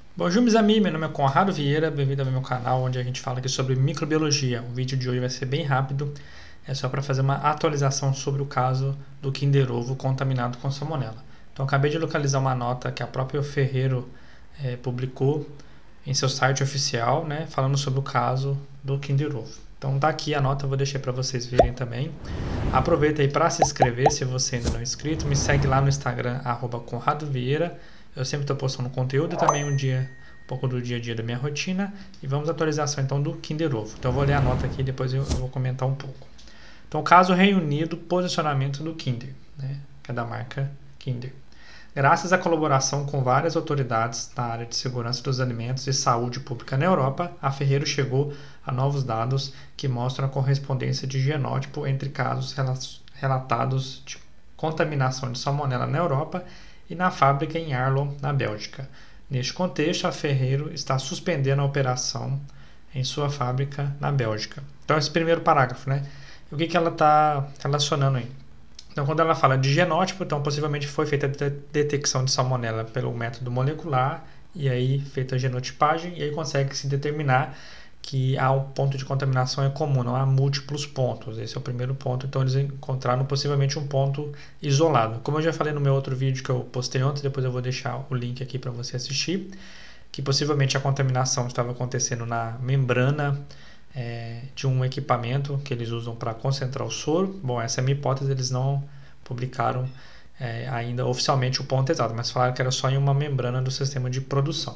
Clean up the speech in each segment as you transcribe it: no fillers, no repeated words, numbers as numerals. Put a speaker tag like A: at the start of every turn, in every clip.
A: Bonjour, meus amigos, meu nome é Conrado Vieira, bem-vindo ao meu canal onde a gente fala aqui sobre microbiologia. O vídeo de hoje vai ser bem rápido, é só para fazer uma atualização sobre o caso do Kinder Ovo contaminado com salmonela. Então, acabei de localizar uma nota que a própria Ferrero publicou em seu site oficial, né, falando sobre o caso do Kinder Ovo. Então, tá aqui a nota, eu vou deixar para vocês verem também. Aproveita aí para se inscrever se você ainda não é inscrito, me segue lá no Instagram, @ConradoVieira. Eu sempre estou postando conteúdo e também um pouco do dia a dia da minha rotina. E vamos à atualização então do Kinder Ovo. Então eu vou ler a nota aqui e depois eu vou comentar um pouco. Então, caso Reino Unido, posicionamento do Kinder, né, que é da marca Kinder. Graças à colaboração com várias autoridades na área de segurança dos alimentos e saúde pública na Europa, a Ferrero chegou a novos dados que mostram a correspondência de genótipo entre casos relatados de contaminação de salmonela na Europa e na fábrica em Arlon, na Bélgica. Neste contexto, a Ferrero está suspendendo a operação em sua fábrica na Bélgica. Então, esse primeiro parágrafo, né? O que ela está relacionando aí? Então, quando ela fala de genótipo, então possivelmente foi feita a detecção de salmonela pelo método molecular e aí feita a genotipagem e aí consegue se determinar que há um ponto de contaminação é comum, não há múltiplos pontos. Esse é o primeiro ponto. Então, eles encontraram possivelmente um ponto isolado. Como eu já falei no meu outro vídeo que eu postei ontem, depois eu vou deixar o link aqui para você assistir, que possivelmente a contaminação estava acontecendo na membrana de um equipamento que eles usam para concentrar o soro. Bom, essa é a minha hipótese, eles não publicaram ainda oficialmente o ponto exato, mas falaram que era só em uma membrana do sistema de produção.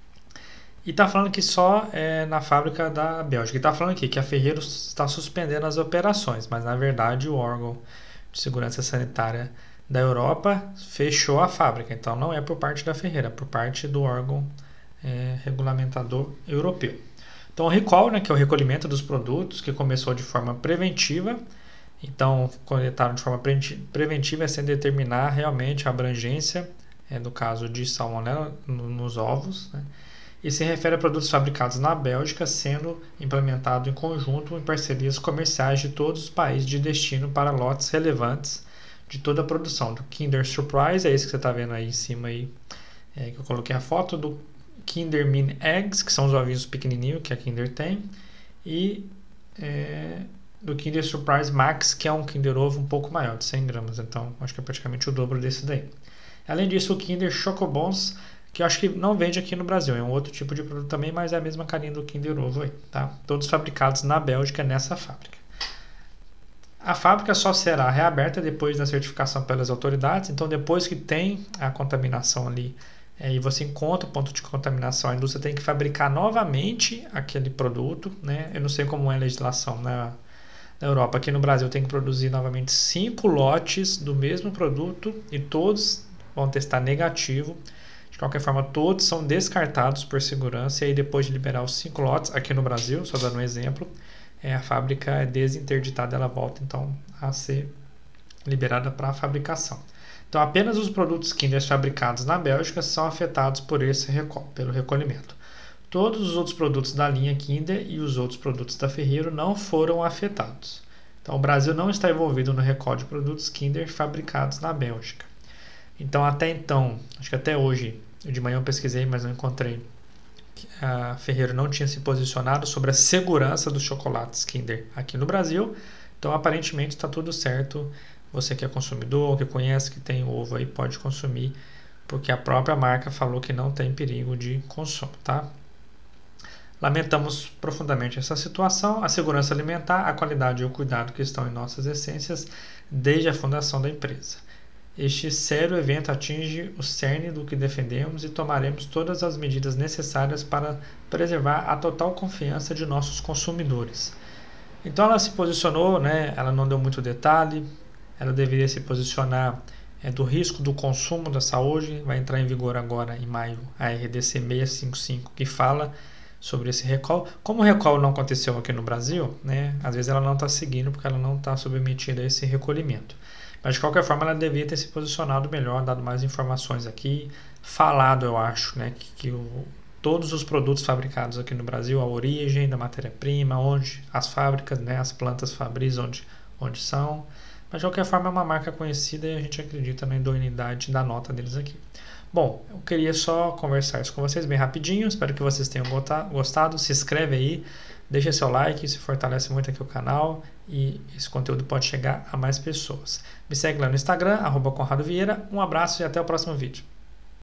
A: E está falando que só na fábrica da Bélgica. E está falando aqui que a Ferrero está suspendendo as operações, mas na verdade o órgão de segurança sanitária da Europa fechou a fábrica. Então não é por parte da Ferrero, é por parte do órgão regulamentador europeu. Então o recall, né, que é o recolhimento dos produtos, que começou de forma preventiva. Então coletaram de forma preventiva sem determinar realmente a abrangência do caso de salmonela nos ovos, né? E se refere a produtos fabricados na Bélgica, sendo implementado em conjunto em parcerias comerciais de todos os países de destino para lotes relevantes de toda a produção. Do Kinder Surprise, é esse que você está vendo aí em cima, aí, que eu coloquei a foto, do Kinder Mini Eggs, que são os ovinhos pequenininhos que a Kinder tem, e do Kinder Surprise Max, que é um Kinder Ovo um pouco maior, de 100 gramas, então acho que é praticamente o dobro desse daí. Além disso, o Kinder Chocobons, que eu acho que não vende aqui no Brasil, é um outro tipo de produto também, mas é a mesma carinha do Kinder Ovo aí, tá? Todos fabricados na Bélgica nessa fábrica. A fábrica só será reaberta depois da certificação pelas autoridades, então depois que tem a contaminação ali e você encontra o ponto de contaminação, a indústria tem que fabricar novamente aquele produto, né? Eu não sei como é a legislação na Europa, aqui no Brasil tem que produzir novamente 5 lotes do mesmo produto e todos vão testar negativo. De qualquer forma, todos são descartados por segurança e aí depois de liberar os 5 lotes, aqui no Brasil, só dando um exemplo, a fábrica é desinterditada, ela volta então a ser liberada para a fabricação. Então, apenas os produtos Kinder fabricados na Bélgica são afetados por esse pelo recolhimento. Todos os outros produtos da linha Kinder e os outros produtos da Ferrero não foram afetados. Então, o Brasil não está envolvido no recall de produtos Kinder fabricados na Bélgica. Então, até então, acho que até hoje, de manhã eu pesquisei, mas não encontrei, a Ferrero não tinha se posicionado sobre a segurança dos chocolates Kinder aqui no Brasil. Então, aparentemente, está tudo certo. Você que é consumidor, que conhece, que tem ovo aí, pode consumir, porque a própria marca falou que não tem perigo de consumo, tá? Lamentamos profundamente essa situação. A segurança alimentar, a qualidade e o cuidado que estão em nossas essências desde a fundação da empresa. Este sério evento atinge o cerne do que defendemos e tomaremos todas as medidas necessárias para preservar a total confiança de nossos consumidores. Então ela se posicionou, né? Ela não deu muito detalhe, ela deveria se posicionar do risco do consumo da saúde. Vai entrar em vigor agora em maio a RDC 655, que fala sobre esse recall. Como o recall não aconteceu aqui no Brasil, né? Às vezes ela não está seguindo porque ela não está submetida a esse recolhimento. Mas de qualquer forma ela devia ter se posicionado melhor, dado mais informações aqui, falado, eu acho, né, que todos os produtos fabricados aqui no Brasil, a origem da matéria-prima, onde as fábricas, né, as plantas fabris, onde são. Mas de qualquer forma é uma marca conhecida e a gente acredita na idoneidade da nota deles aqui. Bom, eu queria só conversar isso com vocês bem rapidinho, espero que vocês tenham gostado, se inscreve aí, deixa seu like, isso fortalece muito aqui o canal e esse conteúdo pode chegar a mais pessoas. Me segue lá no Instagram, @ConradoVieira, um abraço e até o próximo vídeo.